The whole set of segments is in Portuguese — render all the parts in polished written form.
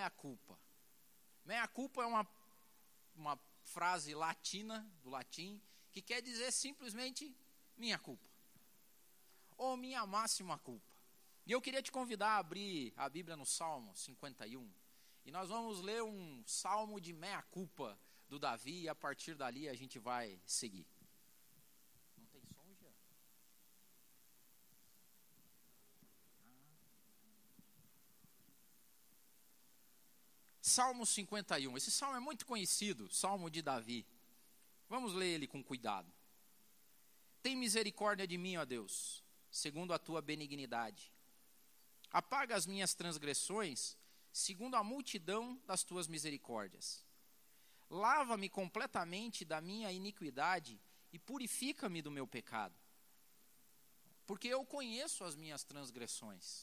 mea culpa? Mea culpa é uma frase latina, do latim, que quer dizer simplesmente minha culpa. Ou minha máxima culpa. E eu queria te convidar a abrir a Bíblia no Salmo 51. E nós vamos ler um salmo de mea culpa do Davi, e a partir dali a gente vai seguir. Não tem som, Jean? Salmo 51. Esse salmo é muito conhecido, Salmo de Davi. Vamos ler ele com cuidado. Tem misericórdia de mim, ó Deus, segundo a tua benignidade. Apaga as minhas transgressões, segundo a multidão das tuas misericórdias. Lava-me completamente da minha iniquidade e purifica-me do meu pecado. Porque eu conheço as minhas transgressões,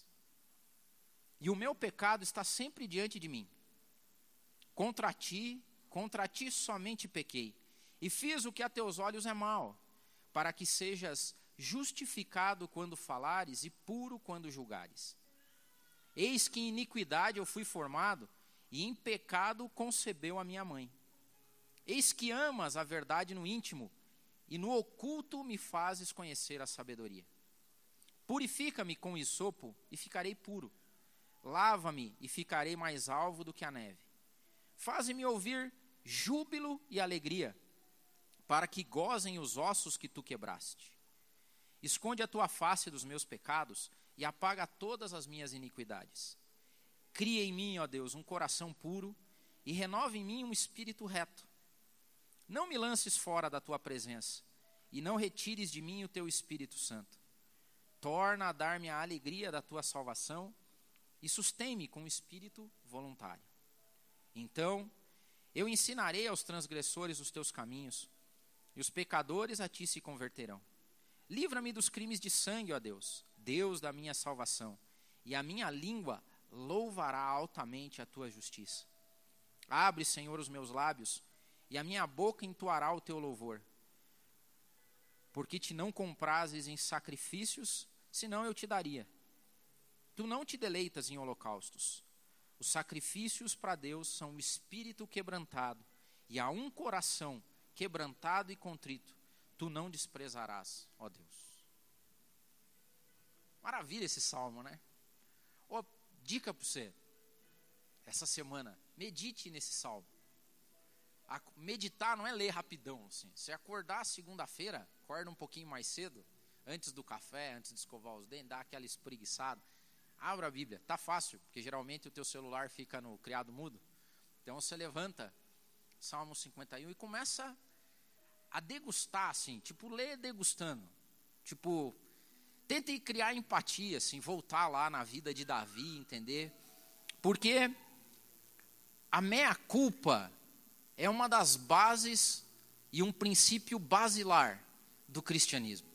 e o meu pecado está sempre diante de mim. Contra ti somente pequei, e fiz o que a teus olhos é mal, para que sejas justificado quando falares e puro quando julgares. Eis que em iniquidade eu fui formado, e em pecado concebeu a minha mãe. Eis que amas a verdade no íntimo, e no oculto me fazes conhecer a sabedoria. Purifica-me com hisopo, e ficarei puro. Lava-me, e ficarei mais alvo do que a neve. Faze-me ouvir júbilo e alegria, para que gozem os ossos que tu quebraste. Esconde a tua face dos meus pecados e apaga todas as minhas iniquidades. Cria em mim, ó Deus, um coração puro e renova em mim um espírito reto. Não me lances fora da tua presença e não retires de mim o teu Espírito Santo. Torna a dar-me a alegria da tua salvação e sustém-me com um espírito voluntário. Então, eu ensinarei aos transgressores os teus caminhos, e os pecadores a ti se converterão. Livra-me dos crimes de sangue, ó Deus, Deus da minha salvação, e a minha língua louvará altamente a tua justiça. Abre, Senhor, os meus lábios, e a minha boca entoará o teu louvor. Porque te não comprases em sacrifícios, senão eu te daria. Tu não te deleitas em holocaustos. Os sacrifícios para Deus são um espírito quebrantado, e a um coração quebrantado e contrito, tu não desprezarás, ó Deus. Maravilha esse salmo, né? Dica para você, essa semana, medite nesse salmo. Meditar não é ler rapidão, assim. Se acordar segunda-feira, acorda um pouquinho mais cedo, antes do café, antes de escovar os dentes, dá aquela espreguiçada. Abra a Bíblia, tá fácil, porque geralmente o teu celular fica no criado mudo. Então você levanta Salmo 51 e começa a degustar, assim, tipo, ler degustando. Tipo, tente criar empatia, assim, voltar lá na vida de Davi, entender. Porque a meia-culpa é uma das bases e um princípio basilar do cristianismo.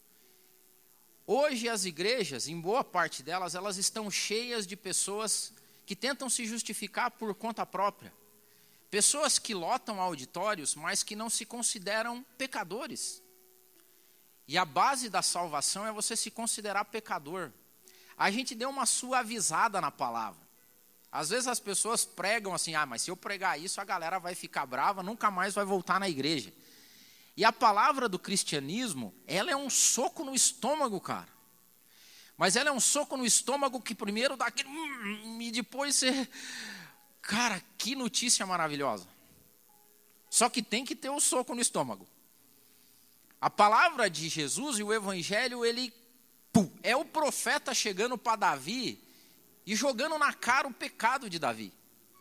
Hoje as igrejas, em boa parte delas, elas estão cheias de pessoas que tentam se justificar por conta própria. Pessoas que lotam auditórios, mas que não se consideram pecadores. E a base da salvação é você se considerar pecador. A gente deu uma suavizada na palavra. Às vezes as pessoas pregam assim, mas se eu pregar isso, a galera vai ficar brava, nunca mais vai voltar na igreja. E a palavra do cristianismo, ela é um soco no estômago, cara. Mas ela é um soco no estômago que primeiro dá aquele... E depois você... Cara, que notícia maravilhosa. Só que tem que ter o soco no estômago. A palavra de Jesus e o evangelho, ele... é o profeta chegando para Davi e jogando na cara o pecado de Davi.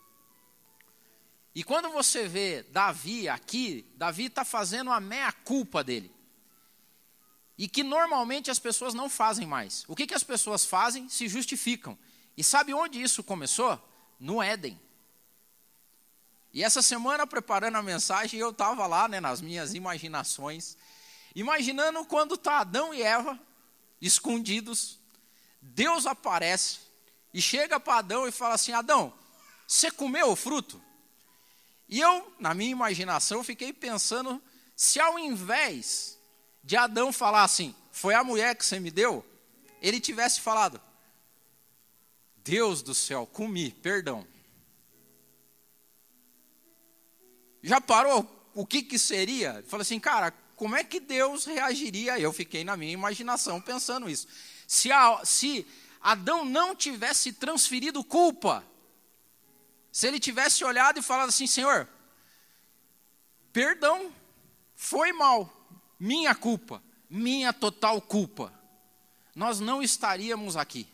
E quando você vê Davi aqui, Davi está fazendo a meia-culpa dele. E que normalmente as pessoas não fazem mais. O que as pessoas fazem? Se justificam. E sabe onde isso começou? No Éden. E essa semana, preparando a mensagem, eu estava lá, nas minhas imaginações, imaginando quando está Adão e Eva, escondidos, Deus aparece e chega para Adão e fala assim, Adão, você comeu o fruto? E eu, na minha imaginação, fiquei pensando, se ao invés de Adão falar assim, foi a mulher que você me deu, ele tivesse falado, Deus do céu, comi, perdão. Já parou o que seria? Falei assim, cara, como é que Deus reagiria? Eu fiquei na minha imaginação pensando isso. Se Adão não tivesse transferido culpa, se ele tivesse olhado e falado assim, Senhor, perdão, foi mal, minha culpa, minha total culpa, nós não estaríamos aqui.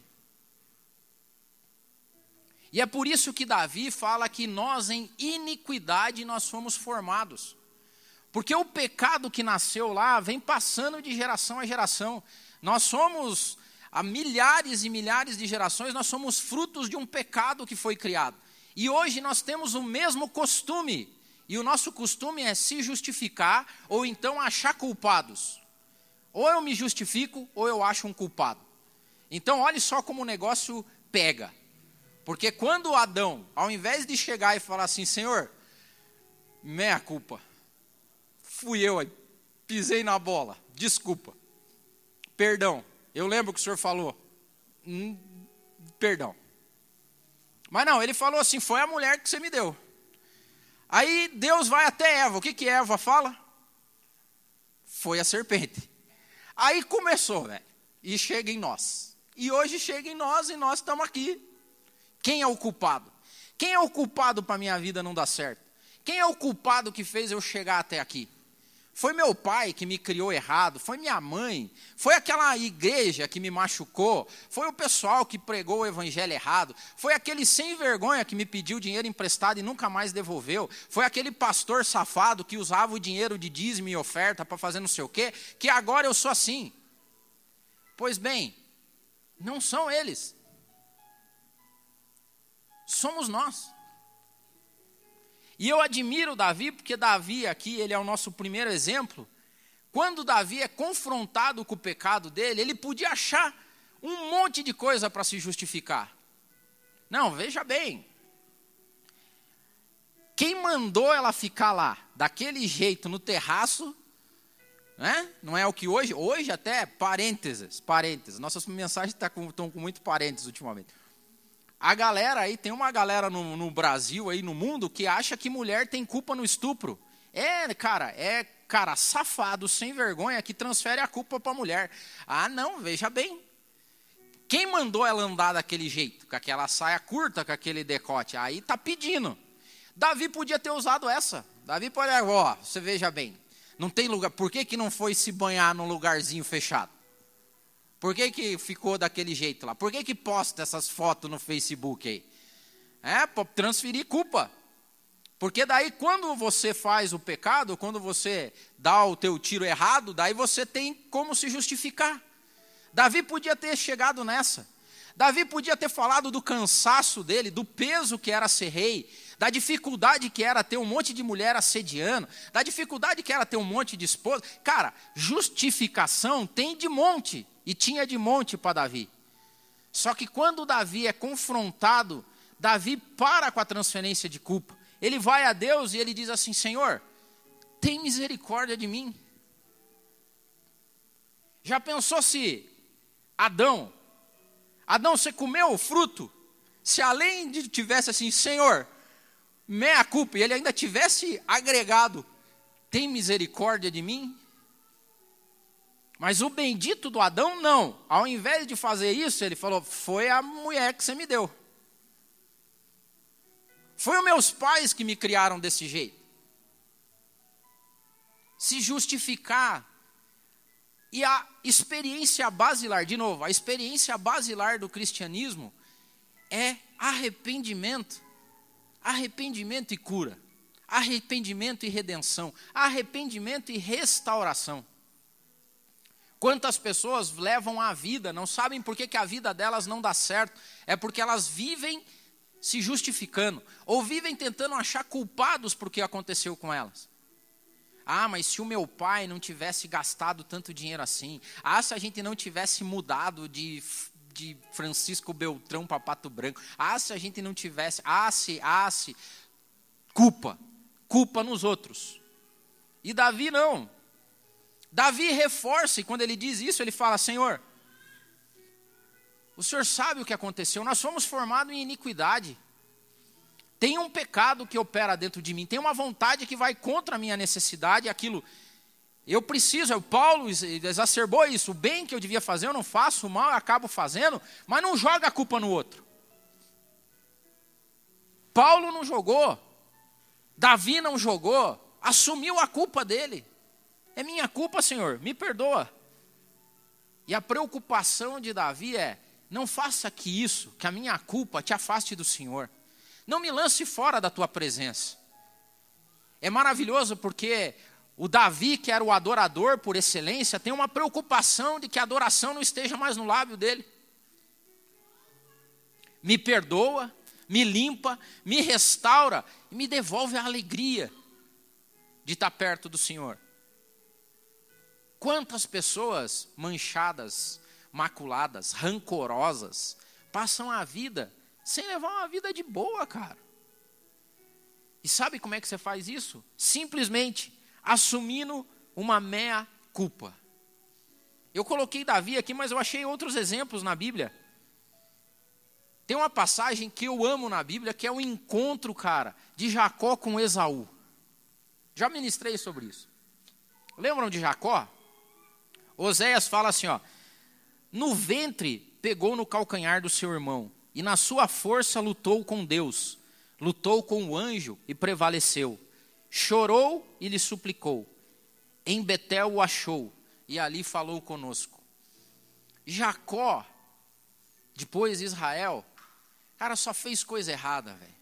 E é por isso que Davi fala que nós em iniquidade nós fomos formados. Porque o pecado que nasceu lá vem passando de geração a geração. Nós somos, há milhares e milhares de gerações, nós somos frutos de um pecado que foi criado. E hoje nós temos o mesmo costume. E o nosso costume é se justificar ou então achar culpados. Ou eu me justifico ou eu acho um culpado. Então olhe só como o negócio pega. Porque quando Adão, ao invés de chegar e falar assim, Senhor, meia culpa, fui eu aí, pisei na bola, desculpa, perdão, eu lembro que o Senhor falou, perdão. Mas não, ele falou assim, foi a mulher que você me deu. Aí Deus vai até Eva, o que Eva fala? Foi a serpente. Aí começou, velho, e chega em nós. E hoje chega em nós e nós estamos aqui. Quem é o culpado? Quem é o culpado para a minha vida não dar certo? Quem é o culpado que fez eu chegar até aqui? Foi meu pai que me criou errado? Foi minha mãe? Foi aquela igreja que me machucou? Foi o pessoal que pregou o evangelho errado? Foi aquele sem vergonha que me pediu dinheiro emprestado e nunca mais devolveu? Foi aquele pastor safado que usava o dinheiro de dízimo e oferta para fazer não sei o quê? Que agora eu sou assim? Pois bem, não são eles. Somos nós. E eu admiro Davi, porque Davi aqui, ele é o nosso primeiro exemplo. Quando Davi é confrontado com o pecado dele, ele podia achar um monte de coisa para se justificar. Não, veja bem. Quem mandou ela ficar lá, daquele jeito, no terraço, né? Não é o que hoje até, parênteses, nossas mensagens estão com muito parênteses ultimamente. A galera aí, tem uma galera no Brasil, aí no mundo, que acha que mulher tem culpa no estupro. É cara safado, sem vergonha, que transfere a culpa para a mulher. Ah, não, veja bem. Quem mandou ela andar daquele jeito? Com aquela saia curta, com aquele decote? Aí tá pedindo. Davi podia ter usado essa. Davi pode, você veja bem. Não tem lugar, por que não foi se banhar num lugarzinho fechado? Por que ficou daquele jeito lá? Por que posta essas fotos no Facebook aí? É, para transferir culpa. Porque daí quando você faz o pecado, quando você dá o teu tiro errado, daí você tem como se justificar. Davi podia ter chegado nessa. Davi podia ter falado do cansaço dele, do peso que era ser rei, da dificuldade que era ter um monte de mulher assediando, da dificuldade que era ter um monte de esposa. Cara, justificação tem de monte. E tinha de monte para Davi. Só que quando Davi é confrontado, Davi para com a transferência de culpa. Ele vai a Deus e ele diz assim, Senhor, tem misericórdia de mim. Já pensou se Adão, você comeu o fruto? Se além de tivesse assim, Senhor, meia culpa, e ele ainda tivesse agregado, tem misericórdia de mim? Mas o bendito do Adão, não. Ao invés de fazer isso, ele falou, foi a mulher que você me deu. Foi os meus pais que me criaram desse jeito. Se justificar. E a experiência basilar, de novo, a experiência basilar do cristianismo é arrependimento. Arrependimento e cura. Arrependimento e redenção. Arrependimento e restauração. Quantas pessoas levam a vida, não sabem por que a vida delas não dá certo, é porque elas vivem se justificando, ou vivem tentando achar culpados por que aconteceu com elas. Ah, mas se o meu pai não tivesse gastado tanto dinheiro assim, se a gente não tivesse mudado de Francisco Beltrão para Pato Branco, se a gente não tivesse, culpa nos outros. E Davi não. Davi reforça, e quando ele diz isso, ele fala, Senhor, o Senhor sabe o que aconteceu, nós fomos formados em iniquidade. Tem um pecado que opera dentro de mim, tem uma vontade que vai contra a minha necessidade, aquilo. Eu preciso, Paulo exacerbou isso, o bem que eu devia fazer eu não faço, o mal eu acabo fazendo, mas não joga a culpa no outro. Paulo não jogou, Davi não jogou, assumiu a culpa dele. É minha culpa, Senhor, me perdoa. E a preocupação de Davi é, não faça que isso, que a minha culpa te afaste do Senhor. Não me lance fora da tua presença. É maravilhoso porque o Davi, que era o adorador por excelência, tem uma preocupação de que a adoração não esteja mais no lábio dele. Me perdoa, me limpa, me restaura e me devolve a alegria de estar perto do Senhor. Quantas pessoas manchadas, maculadas, rancorosas, passam a vida sem levar uma vida de boa, cara. E sabe como é que você faz isso? Simplesmente assumindo uma meia culpa. Eu coloquei Davi aqui, mas eu achei outros exemplos na Bíblia. Tem uma passagem que eu amo na Bíblia, que é o encontro, cara, de Jacó com Esaú. Já ministrei sobre isso. Lembram de Jacó? Oséias fala assim, ó, no ventre pegou no calcanhar do seu irmão, e na sua força lutou com Deus, lutou com o anjo e prevaleceu. Chorou e lhe suplicou. Em Betel o achou, e ali falou conosco. Jacó, depois Israel, cara, só fez coisa errada, velho.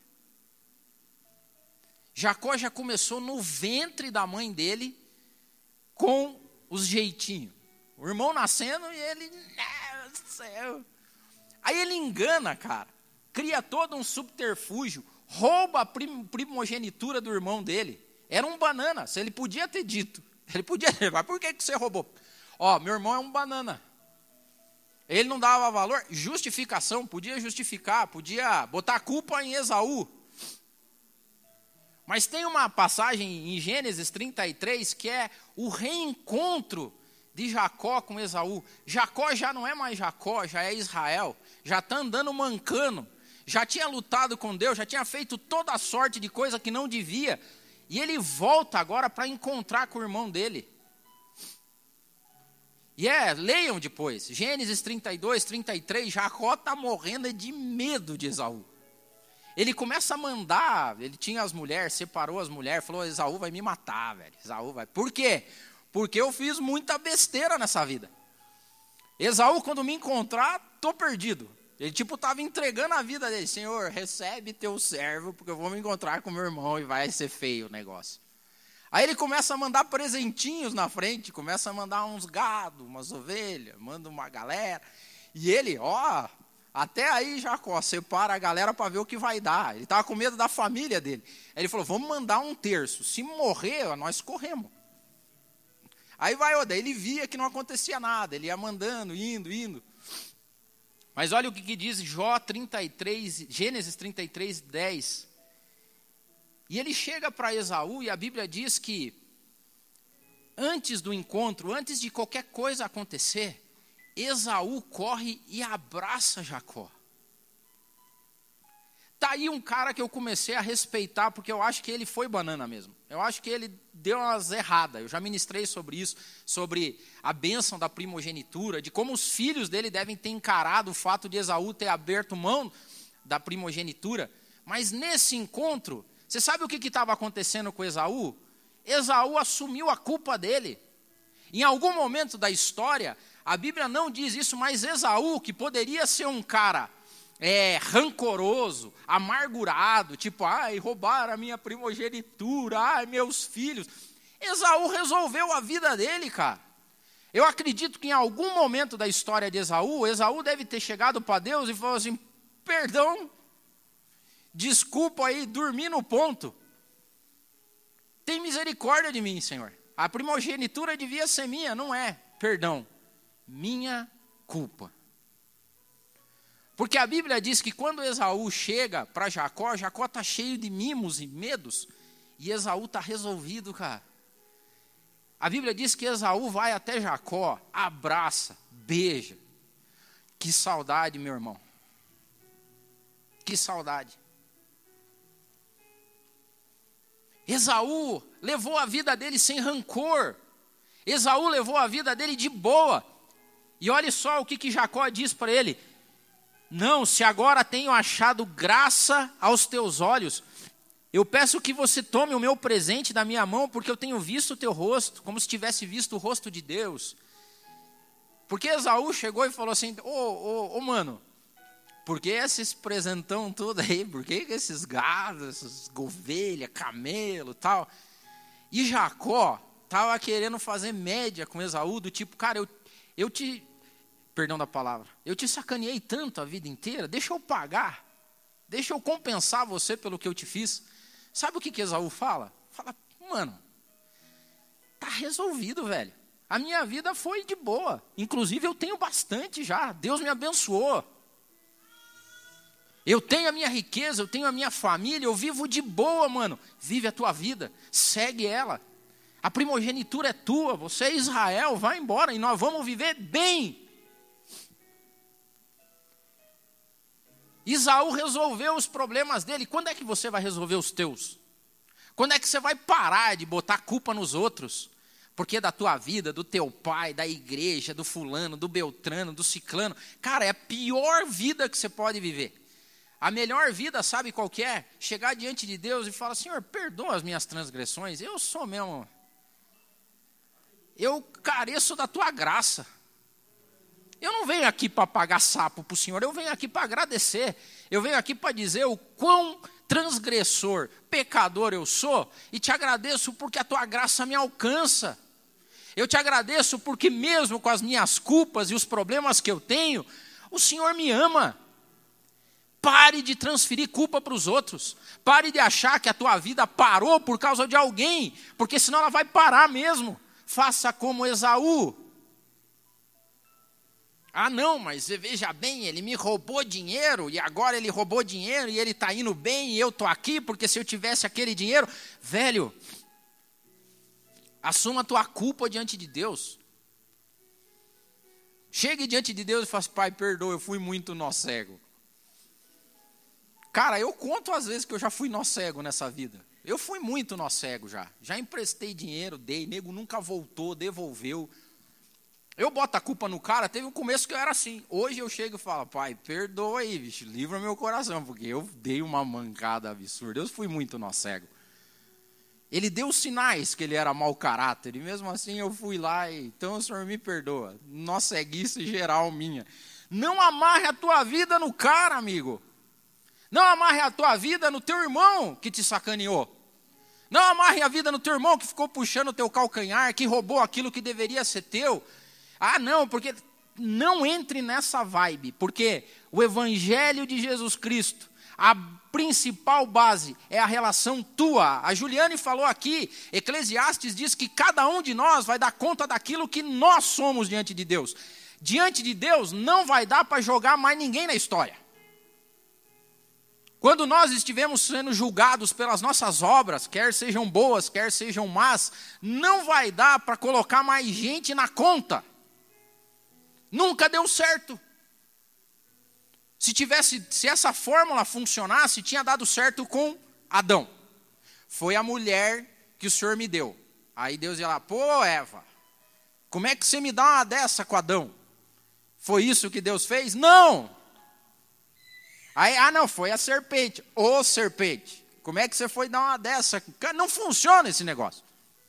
Jacó já começou no ventre da mãe dele com os jeitinhos. O irmão nascendo e ele, meu céu. Aí ele engana, cara. Cria todo um subterfúgio. Rouba a primogenitura do irmão dele. Era um banana. Se ele podia ter dito. Ele podia ter, mas por que você roubou? Ó, meu irmão é um banana. Ele não dava valor. Justificação, podia justificar. Podia botar a culpa em Esaú. Mas tem uma passagem em Gênesis 33 que é o reencontro de Jacó com Esaú. Jacó já não é mais Jacó, já é Israel. Já está andando mancando. Já tinha lutado com Deus, já tinha feito toda a sorte de coisa que não devia. E ele volta agora para encontrar com o irmão dele. E leiam depois. Gênesis 32, 33, Jacó está morrendo de medo de Esaú. Ele começa a mandar, ele tinha as mulheres, separou as mulheres, falou, Esaú vai me matar, velho. Esaú vai. Por quê? Porque eu fiz muita besteira nessa vida. Esaú, quando me encontrar, estou perdido. Ele estava entregando a vida dele. Senhor, recebe teu servo, porque eu vou me encontrar com meu irmão e vai ser feio o negócio. Aí ele começa a mandar presentinhos na frente, começa a mandar uns gados, umas ovelhas, manda uma galera. E ele, até aí, Jacó, separa a galera para ver o que vai dar. Ele estava com medo da família dele. Aí ele falou, vamos mandar 1/3. Se morrer, nós corremos. Aí daí ele via que não acontecia nada. Ele ia mandando, indo. Mas olha o que diz Gênesis 33, 10. E ele chega para Esaú e a Bíblia diz que antes do encontro, antes de qualquer coisa acontecer, Esaú corre e abraça Jacó. Está aí um cara que eu comecei a respeitar, porque eu acho que ele foi banana mesmo. Eu acho que ele deu umas erradas. Eu já ministrei sobre isso, sobre a bênção da primogenitura, de como os filhos dele devem ter encarado o fato de Esaú ter aberto mão da primogenitura. Mas nesse encontro, você sabe o que estava acontecendo com Esaú? Esaú assumiu a culpa dele. Em algum momento da história, a Bíblia não diz isso, mas Esaú, que poderia ser um cara rancoroso, amargurado, roubaram a minha primogenitura, meus filhos. Esaú resolveu a vida dele, cara. Eu acredito que em algum momento da história de Esaú deve ter chegado para Deus e falou assim, perdão, desculpa aí, dormi no ponto. Tem misericórdia de mim, Senhor. A primogenitura devia ser minha, não é? Perdão, minha culpa. Porque a Bíblia diz que quando Esaú chega para Jacó, Jacó está cheio de mimos e medos, e Esaú está resolvido, cara. A Bíblia diz que Esaú vai até Jacó, abraça, beija. Que saudade, meu irmão. Que saudade. Esaú levou a vida dele sem rancor. Esaú levou a vida dele de boa. E olha só o que Jacó diz para ele. Não, se agora tenho achado graça aos teus olhos, eu peço que você tome o meu presente da minha mão, porque eu tenho visto o teu rosto, como se tivesse visto o rosto de Deus. Porque Esaú chegou e falou assim, mano, por que esses presentão tudo aí? Por que esses gados, essas ovelhas, camelo e tal? E Jacó estava querendo fazer média com Esaú, do tipo, cara, eu te... Perdão da palavra. Eu te sacaneei tanto a vida inteira, deixa eu pagar. Deixa eu compensar você pelo que eu te fiz. Sabe o que Esaú fala? Fala, mano, tá resolvido, velho. A minha vida foi de boa. Inclusive eu tenho bastante já. Deus me abençoou. Eu tenho a minha riqueza, eu tenho a minha família, eu vivo de boa, mano. Vive a tua vida, segue ela. A primogenitura é tua, você é Israel, vai embora e nós vamos viver bem. Esaú resolveu os problemas dele. Quando é que você vai resolver os teus? Quando é que você vai parar de botar culpa nos outros? Porque da tua vida, do teu pai, da igreja, do fulano, do beltrano, do ciclano. Cara, é a pior vida que você pode viver. A melhor vida, sabe qual que é? Chegar diante de Deus e falar, Senhor, perdoa as minhas transgressões. Eu sou mesmo... Eu careço da tua graça. Eu não venho aqui para pagar sapo para o Senhor, eu venho aqui para agradecer. Eu venho aqui para dizer o quão transgressor, pecador eu sou, e te agradeço porque a tua graça me alcança. Eu te agradeço porque mesmo com as minhas culpas e os problemas que eu tenho, o Senhor me ama. Pare de transferir culpa para os outros. Pare de achar que a tua vida parou por causa de alguém, porque senão ela vai parar mesmo. Faça como Esaú. Ah, não, mas veja bem, ele me roubou dinheiro e agora ele roubou dinheiro e ele está indo bem e eu estou aqui porque se eu tivesse aquele dinheiro... Velho, assuma a tua culpa diante de Deus. Chegue diante de Deus e fale, pai, perdoa, eu fui muito nó cego. Cara, eu conto às vezes que eu já fui nó cego nessa vida. Eu fui muito nó cego já. Já emprestei dinheiro, dei, nego nunca voltou, devolveu. Eu boto a culpa no cara, teve um começo que eu era assim. Hoje eu chego e falo, pai, perdoa aí, bicho, livra meu coração, porque eu dei uma mancada absurda. Eu fui muito nó cego. Ele deu sinais que ele era mau caráter, e mesmo assim eu fui lá e, então o Senhor me perdoa. Nó ceguice geral minha. Não amarre a tua vida no cara, amigo. Não amarre a tua vida no teu irmão que te sacaneou. Não amarre a vida no teu irmão que ficou puxando o teu calcanhar, que roubou aquilo que deveria ser teu. Ah, não, porque não entre nessa vibe, porque o Evangelho de Jesus Cristo, a principal base é a relação tua. A Juliane falou aqui, Eclesiastes diz que cada um de nós vai dar conta daquilo que nós somos diante de Deus. Diante de Deus não vai dar para jogar mais ninguém na história. Quando nós estivemos sendo julgados pelas nossas obras, quer sejam boas, quer sejam más, não vai dar para colocar mais gente na conta. Nunca deu certo. Se essa fórmula funcionasse, tinha dado certo com Adão. Foi a mulher que o Senhor me deu. Aí Deus ia lá, pô Eva, como é que você me dá uma dessa com Adão? Foi isso que Deus fez? Não! Aí, não, foi a serpente. Ô serpente, como é que você foi dar uma dessa? Não funciona esse negócio.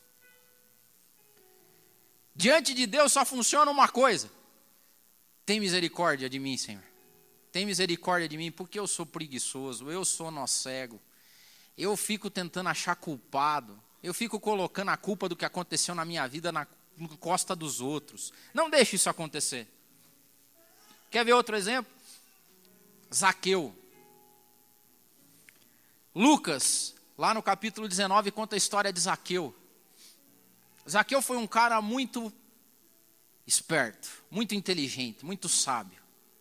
Diante de Deus só funciona uma coisa. Tem misericórdia de mim, Senhor. Tem misericórdia de mim, porque eu sou preguiçoso, eu sou nó cego. Eu fico tentando achar culpado. Eu fico colocando a culpa do que aconteceu na minha vida na costa dos outros. Não deixe isso acontecer. Quer ver outro exemplo? Zaqueu. Lucas, lá no capítulo 19, conta a história de Zaqueu. Zaqueu foi um cara muito esperto, muito inteligente, muito sábio.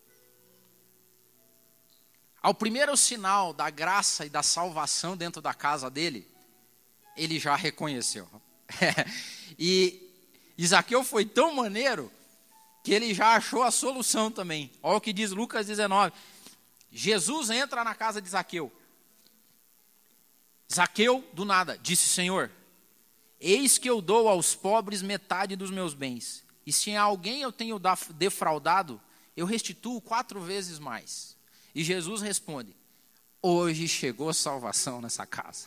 Ao primeiro sinal da graça e da salvação dentro da casa dele, ele já reconheceu. E Zaqueu foi tão maneiro que ele já achou a solução também. Olha o que diz Lucas 19. Jesus entra na casa de Zaqueu. Zaqueu, do nada, disse: Senhor, eis que eu dou aos pobres metade dos meus bens. E se a alguém eu tenho defraudado, eu restituo 4 vezes mais. E Jesus responde: hoje chegou salvação nessa casa.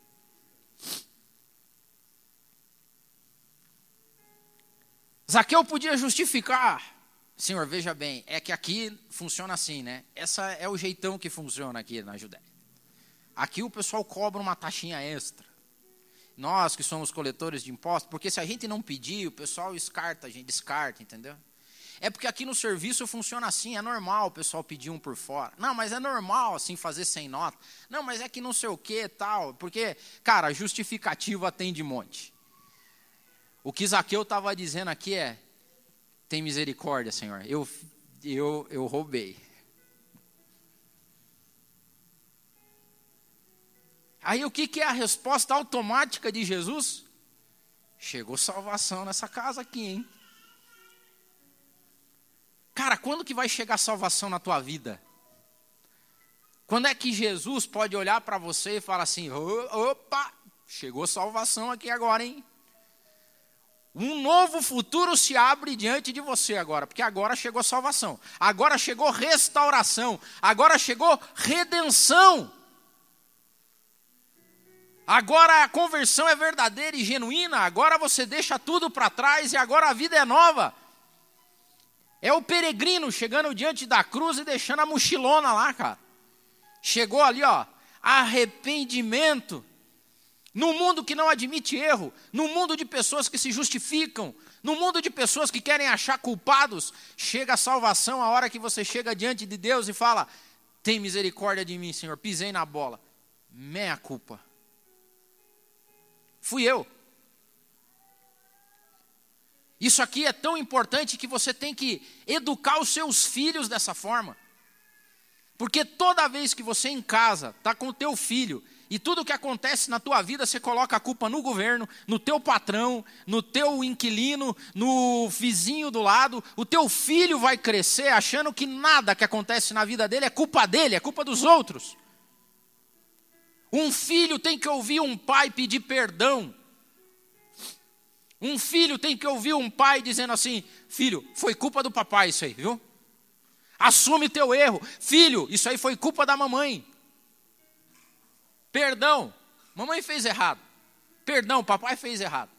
Zaqueu podia justificar: Senhor, veja bem, é que aqui funciona assim, né? Essa é o jeitão que funciona aqui na Judéia. Aqui o pessoal cobra uma taxinha extra. Nós que somos coletores de impostos, porque se a gente não pedir, o pessoal descarta, a gente descarta, entendeu? É porque aqui no serviço funciona assim, é normal o pessoal pedir um por fora. Não, mas é normal assim fazer sem nota. Não, mas é que não sei o que tal. Porque, cara, justificativa tem de monte. O que Zaqueu estava dizendo aqui é: tem misericórdia, Senhor, eu roubei. Aí o que é a resposta automática de Jesus? Chegou salvação nessa casa aqui, hein? Cara, quando que vai chegar salvação na tua vida? Quando é que Jesus pode olhar para você e falar assim: opa, chegou salvação aqui agora, hein? Um novo futuro se abre diante de você agora, porque agora chegou salvação, agora chegou restauração, agora chegou redenção. Agora a conversão é verdadeira e genuína, agora você deixa tudo para trás e agora a vida é nova. É o peregrino chegando diante da cruz e deixando a mochilona lá, cara. Chegou ali, ó, arrependimento. Num mundo que não admite erro, num mundo de pessoas que se justificam, num mundo de pessoas que querem achar culpados, chega a salvação a hora que você chega diante de Deus e fala: tem misericórdia de mim, Senhor, pisei na bola. Meia culpa. Fui eu. Isso aqui é tão importante que você tem que educar os seus filhos dessa forma. Porque toda vez que você em casa está com o teu filho e tudo que acontece na tua vida, você coloca a culpa no governo, no teu patrão, no teu inquilino, no vizinho do lado, o teu filho vai crescer achando que nada que acontece na vida dele, é culpa dos outros. Um filho tem que ouvir um pai pedir perdão. Um filho tem que ouvir um pai dizendo assim: filho, foi culpa do papai isso aí, viu? Assume teu erro. Filho, isso aí foi culpa da mamãe. Perdão, mamãe fez errado. Perdão, papai fez errado.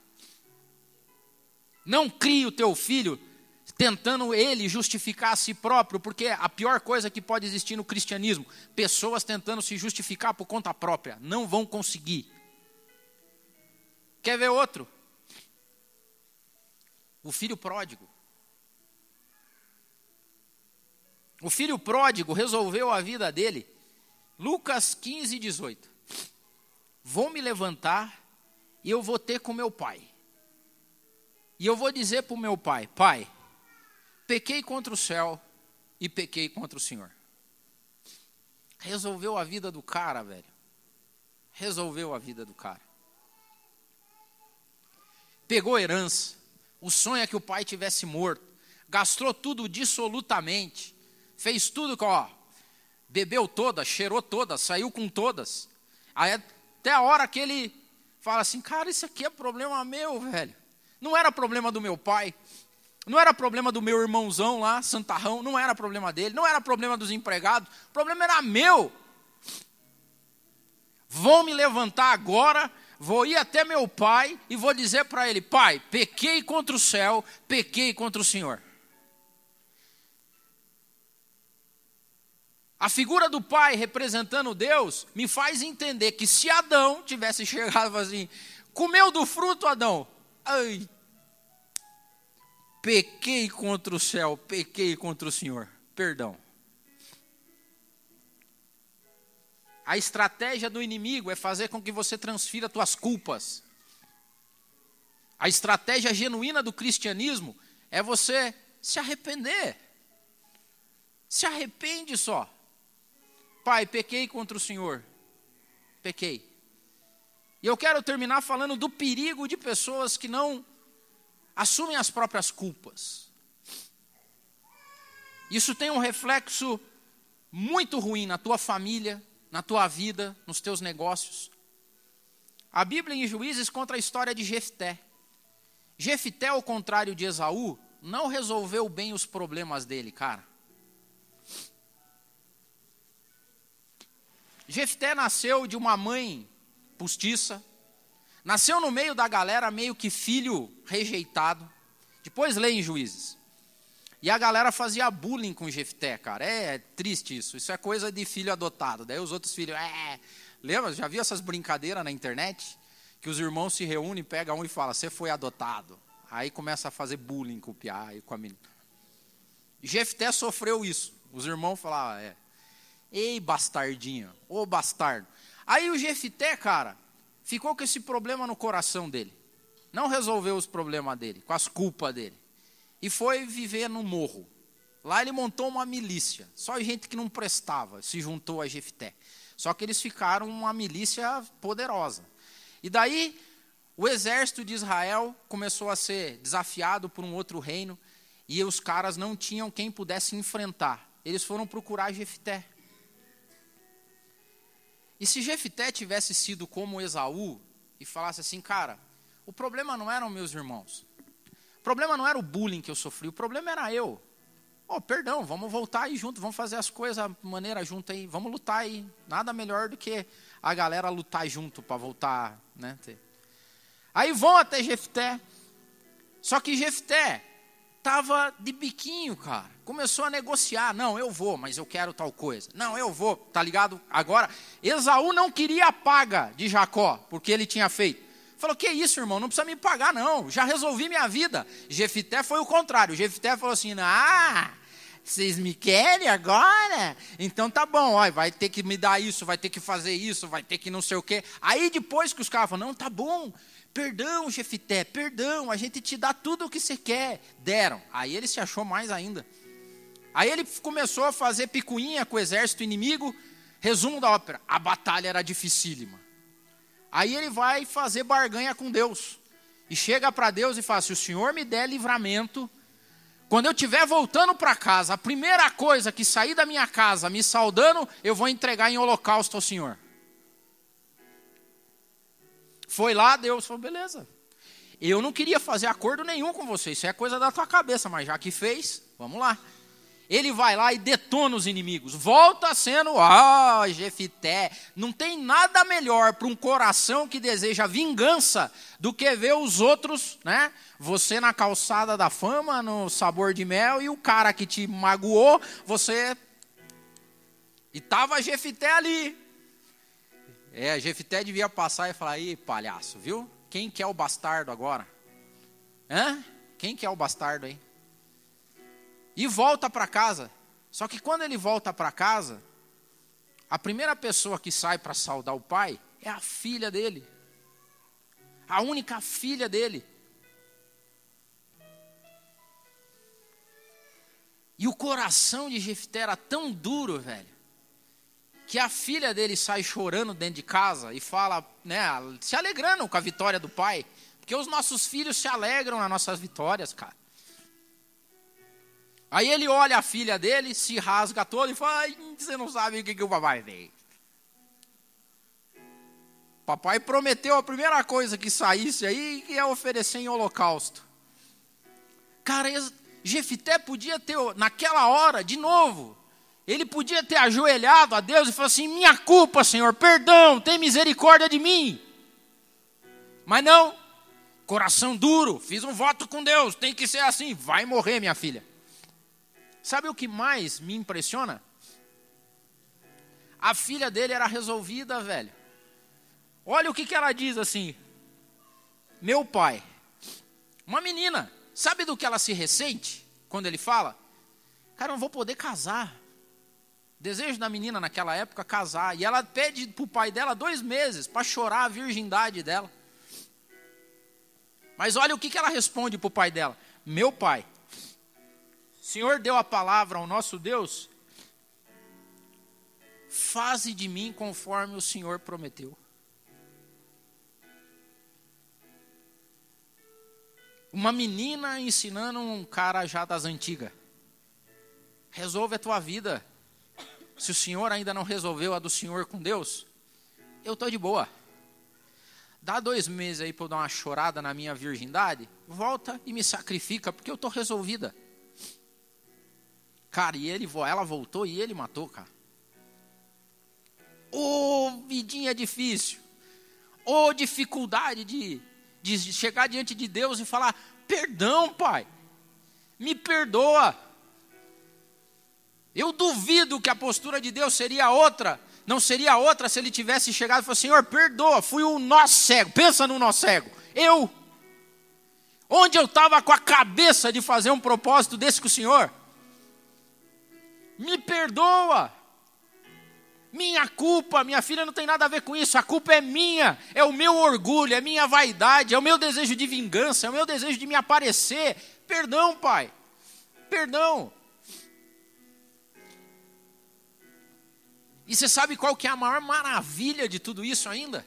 Não crie o teu filho tentando ele justificar a si próprio, porque a pior coisa que pode existir no cristianismo, pessoas tentando se justificar por conta própria, não vão conseguir. Quer ver outro? O filho pródigo. O filho pródigo resolveu a vida dele. Lucas 15, 18. Vou me levantar e eu vou ter com meu pai. E eu vou dizer para o meu pai: pai, pequei contra o céu e pequei contra o Senhor. Resolveu a vida do cara, velho. Resolveu a vida do cara. Pegou herança. O sonho é que o pai tivesse morto. Gastou tudo dissolutamente. Fez tudo, ó. Bebeu todas, cheirou todas, saiu com todas. Aí até a hora que ele fala assim: cara, isso aqui é problema meu, velho. Não era problema do meu pai. Não era problema do meu irmãozão lá, santarrão. Não era problema dele. Não era problema dos empregados. O problema era meu. Vou me levantar agora, vou ir até meu pai e vou dizer para ele: pai, pequei contra o céu, pequei contra o Senhor. A figura do pai representando Deus me faz entender que se Adão tivesse chegado assim: comeu do fruto, Adão? Ai, pequei contra o céu, pequei contra o Senhor. Perdão. A estratégia do inimigo é fazer com que você transfira tuas culpas. A estratégia genuína do cristianismo é você se arrepender. Se arrepende só. Pai, pequei contra o Senhor. Pequei. E eu quero terminar falando do perigo de pessoas que não assumem as próprias culpas. Isso tem um reflexo muito ruim na tua família, na tua vida, nos teus negócios. A Bíblia em Juízes conta a história de Jefté. Jefté, ao contrário de Esaú, não resolveu bem os problemas dele, cara. Jefté nasceu de uma mãe postiça, nasceu no meio da galera, meio que filho rejeitado. Depois lê em Juízes. E a galera fazia bullying com Jefté, cara. É triste isso. Isso é coisa de filho adotado. Daí os outros filhos... Lembra? Já viu essas brincadeiras na internet? Que os irmãos se reúnem, pegam um e falam, você foi adotado. Aí começa a fazer bullying com o piá e com a menina. Jefté sofreu isso. Os irmãos falavam, ei, bastardinho, ô bastardo. Aí o Jefté, cara, ficou com esse problema no coração dele. Não resolveu os problemas dele, com as culpas dele. E foi viver no morro. Lá ele montou uma milícia. Só gente que não prestava se juntou a Jefté. Só que eles ficaram uma milícia poderosa. E daí o exército de Israel começou a ser desafiado por um outro reino. E os caras não tinham quem pudesse enfrentar. Eles foram procurar Jefté. E se Jefté tivesse sido como Esaú e falasse assim, cara, o problema não eram meus irmãos. O problema não era o bullying que eu sofri, o problema era eu. Perdão, vamos voltar aí junto, vamos fazer as coisas de maneira junto aí, vamos lutar aí. Nada melhor do que a galera lutar junto para voltar, né? Aí vão até Jefté. Só que Jefté estava de biquinho, cara. Começou a negociar. Não, eu vou, mas eu quero tal coisa. Não, eu vou, tá ligado? Agora, Esaú não queria a paga de Jacó, porque ele tinha feito. Falou, que isso, irmão, não precisa me pagar, não. Já resolvi minha vida. Jefté foi o contrário. Jefté falou assim, vocês me querem agora? Então tá bom, vai ter que me dar isso, vai ter que fazer isso, vai ter que não sei o quê. Aí depois que os caras falaram, não, tá bom, perdão, Jefté, perdão, a gente te dá tudo o que você quer. Deram. Aí ele se achou mais ainda. Aí ele começou a fazer picuinha com o exército inimigo. Resumo da ópera, a batalha era dificílima. Aí ele vai fazer barganha com Deus. E chega para Deus e fala, se o Senhor me der livramento, quando eu estiver voltando para casa, a primeira coisa que sair da minha casa me saudando, eu vou entregar em holocausto ao Senhor. Foi lá, Deus falou, beleza. Eu não queria fazer acordo nenhum com você, isso é coisa da tua cabeça, mas já que fez, vamos lá. Ele vai lá e detona os inimigos. Volta sendo, Jefté. Não tem nada melhor para um coração que deseja vingança do que ver os outros, né? Você na calçada da fama, no sabor de mel, e o cara que te magoou, você... E estava Jefté ali. Jefté devia passar e falar, aí, palhaço, viu? Quem que é o bastardo agora? Quem que é o bastardo aí? E volta para casa. Só que quando ele volta para casa, a primeira pessoa que sai para saudar o pai é a filha dele. A única filha dele. E o coração de Jefté era tão duro, velho, que a filha dele sai chorando dentro de casa e fala, né, se alegrando com a vitória do pai. Porque os nossos filhos se alegram nas nossas vitórias, cara. Aí ele olha a filha dele, se rasga todo e fala, você não sabe o que o papai fez. Papai prometeu a primeira coisa que saísse aí, que é oferecer em holocausto. Cara, Jefté podia ter, naquela hora, de novo, ele podia ter ajoelhado a Deus e falado assim, minha culpa, Senhor, perdão, tem misericórdia de mim. Mas não, coração duro, fiz um voto com Deus, tem que ser assim, vai morrer, minha filha. Sabe o que mais me impressiona? A filha dele era resolvida, velho. Olha o que ela diz assim. Meu pai. Uma menina. Sabe do que ela se ressente? Quando ele fala? Cara, eu não vou poder casar. Desejo da menina naquela época casar. E ela pede para o pai dela 2 meses para chorar a virgindade dela. Mas olha o que ela responde para o pai dela. Meu pai. O Senhor deu a palavra ao nosso Deus, faze de mim conforme o Senhor prometeu. Uma menina ensinando um cara já das antigas. Resolve a tua vida. Se o Senhor ainda não resolveu a do Senhor com Deus, eu estou de boa. Dá 2 meses aí para eu dar uma chorada na minha virgindade, volta e me sacrifica, porque eu estou resolvida. Cara, e ela voltou e ele matou, cara. Ô, vidinha difícil. Ô, dificuldade de chegar diante de Deus e falar, perdão, Pai, me perdoa. Eu duvido que a postura de Deus seria outra. Não seria outra se ele tivesse chegado e falado, Senhor, perdoa, fui um nó cego. Pensa no nó cego. Onde eu estava com a cabeça de fazer um propósito desse com o Senhor? Me perdoa. Minha culpa, minha filha, não tem nada a ver com isso. A culpa é minha, é o meu orgulho, é minha vaidade, é o meu desejo de vingança, é o meu desejo de me aparecer. Perdão, Pai. Perdão. E você sabe qual que é a maior maravilha de tudo isso ainda?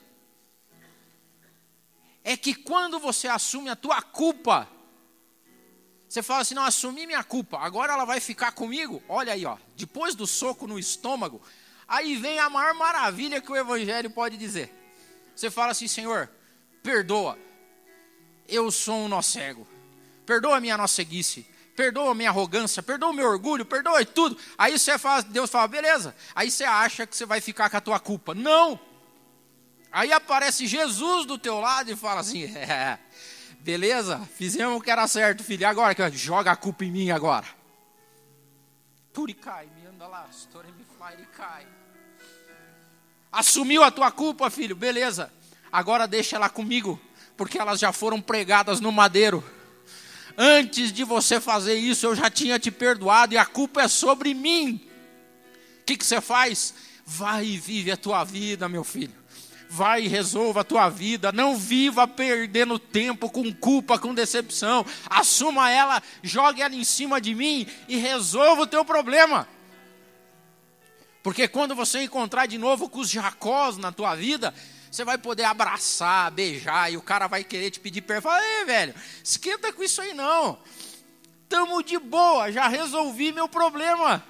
É que quando você assume a tua culpa, você fala assim, não, assumi minha culpa, agora ela vai ficar comigo. Olha aí, ó, depois do soco no estômago, aí vem a maior maravilha que o Evangelho pode dizer. Você fala assim, Senhor, perdoa, eu sou um nó cego, perdoa a minha nó ceguice, perdoa a minha arrogância, perdoa o meu orgulho, perdoa tudo. Aí Deus fala, beleza. Aí você acha que você vai ficar com a tua culpa. Não. Aí aparece Jesus do teu lado e fala assim, beleza, fizemos o que era certo, filho. E agora, joga a culpa em mim agora. Turicai, me anda lá, cai. Assumiu a tua culpa, filho, beleza. Agora deixa ela comigo, porque elas já foram pregadas no madeiro. Antes de você fazer isso, eu já tinha te perdoado e a culpa é sobre mim. O que você faz? Vai e vive a tua vida, meu filho. Vai e resolva a tua vida. Não viva perdendo tempo com culpa, com decepção. Assuma ela, jogue ela em cima de mim e resolva o teu problema. Porque quando você encontrar de novo com os Jacós na tua vida, você vai poder abraçar, beijar, e o cara vai querer te pedir perdão. Fala, ei, velho, esquenta com isso aí não. Tamo de boa, já resolvi meu problema.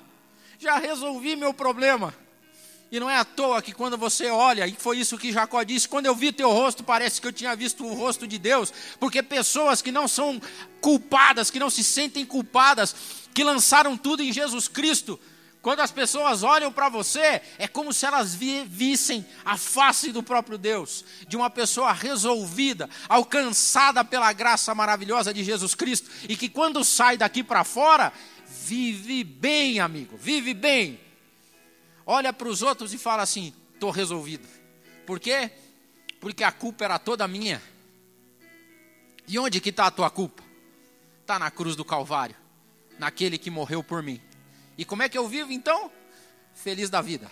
E não é à toa que quando você olha, e foi isso que Jacó disse, quando eu vi teu rosto, parece que eu tinha visto o rosto de Deus. Porque pessoas que não são culpadas, que não se sentem culpadas, que lançaram tudo em Jesus Cristo, quando as pessoas olham para você, é como se elas vissem a face do próprio Deus, de uma pessoa resolvida, alcançada pela graça maravilhosa de Jesus Cristo, e que quando sai daqui para fora, vive bem, amigo, vive bem. Olha para os outros e fala assim, estou resolvido. Por quê? Porque a culpa era toda minha. E onde que está a tua culpa? Está na cruz do Calvário, naquele que morreu por mim. E como é que eu vivo então? Feliz da vida.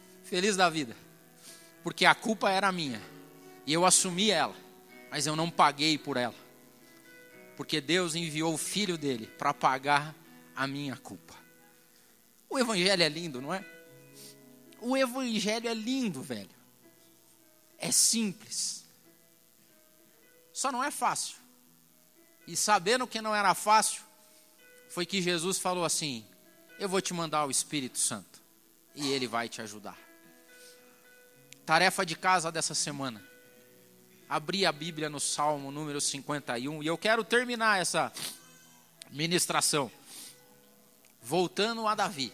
Porque a culpa era minha. E eu assumi ela. Mas eu não paguei por ela. Porque Deus enviou o Filho dele para pagar a minha culpa. O Evangelho é lindo, não é? O Evangelho é lindo, velho. É simples. Só não é fácil. E sabendo que não era fácil, foi que Jesus falou assim, eu vou te mandar o Espírito Santo e ele vai te ajudar. Tarefa de casa dessa semana. Abri a Bíblia no Salmo número 51 e eu quero terminar essa ministração voltando a Davi.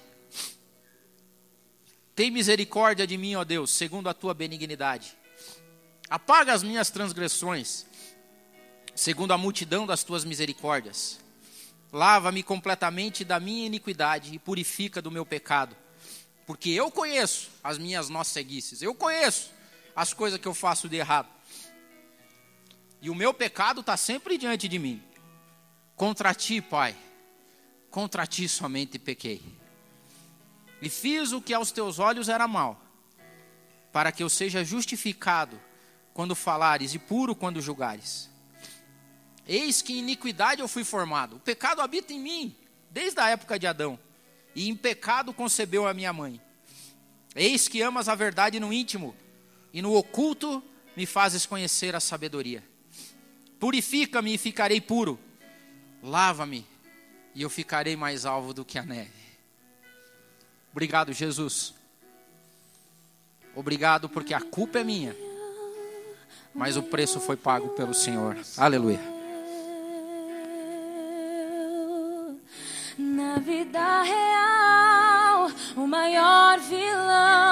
Tem misericórdia de mim, ó Deus, segundo a tua benignidade. Apaga as minhas transgressões, segundo a multidão das tuas misericórdias. Lava-me completamente da minha iniquidade e purifica do meu pecado. Porque eu conheço as minhas nós ceguices. Eu conheço as coisas que eu faço de errado. E o meu pecado está sempre diante de mim. Contra ti, Pai, contra ti somente pequei. E fiz o que aos teus olhos era mal, para que eu seja justificado quando falares e puro quando julgares. Eis que em iniquidade eu fui formado. O pecado habita em mim, desde a época de Adão. E em pecado concebeu a minha mãe. Eis que amas a verdade no íntimo, e no oculto me fazes conhecer a sabedoria. Purifica-me e ficarei puro. Lava-me e eu ficarei mais alvo do que a neve. Obrigado, Jesus. Obrigado porque a culpa é minha. mas o preço foi pago pelo Senhor. Aleluia. Na vida real, o maior vilão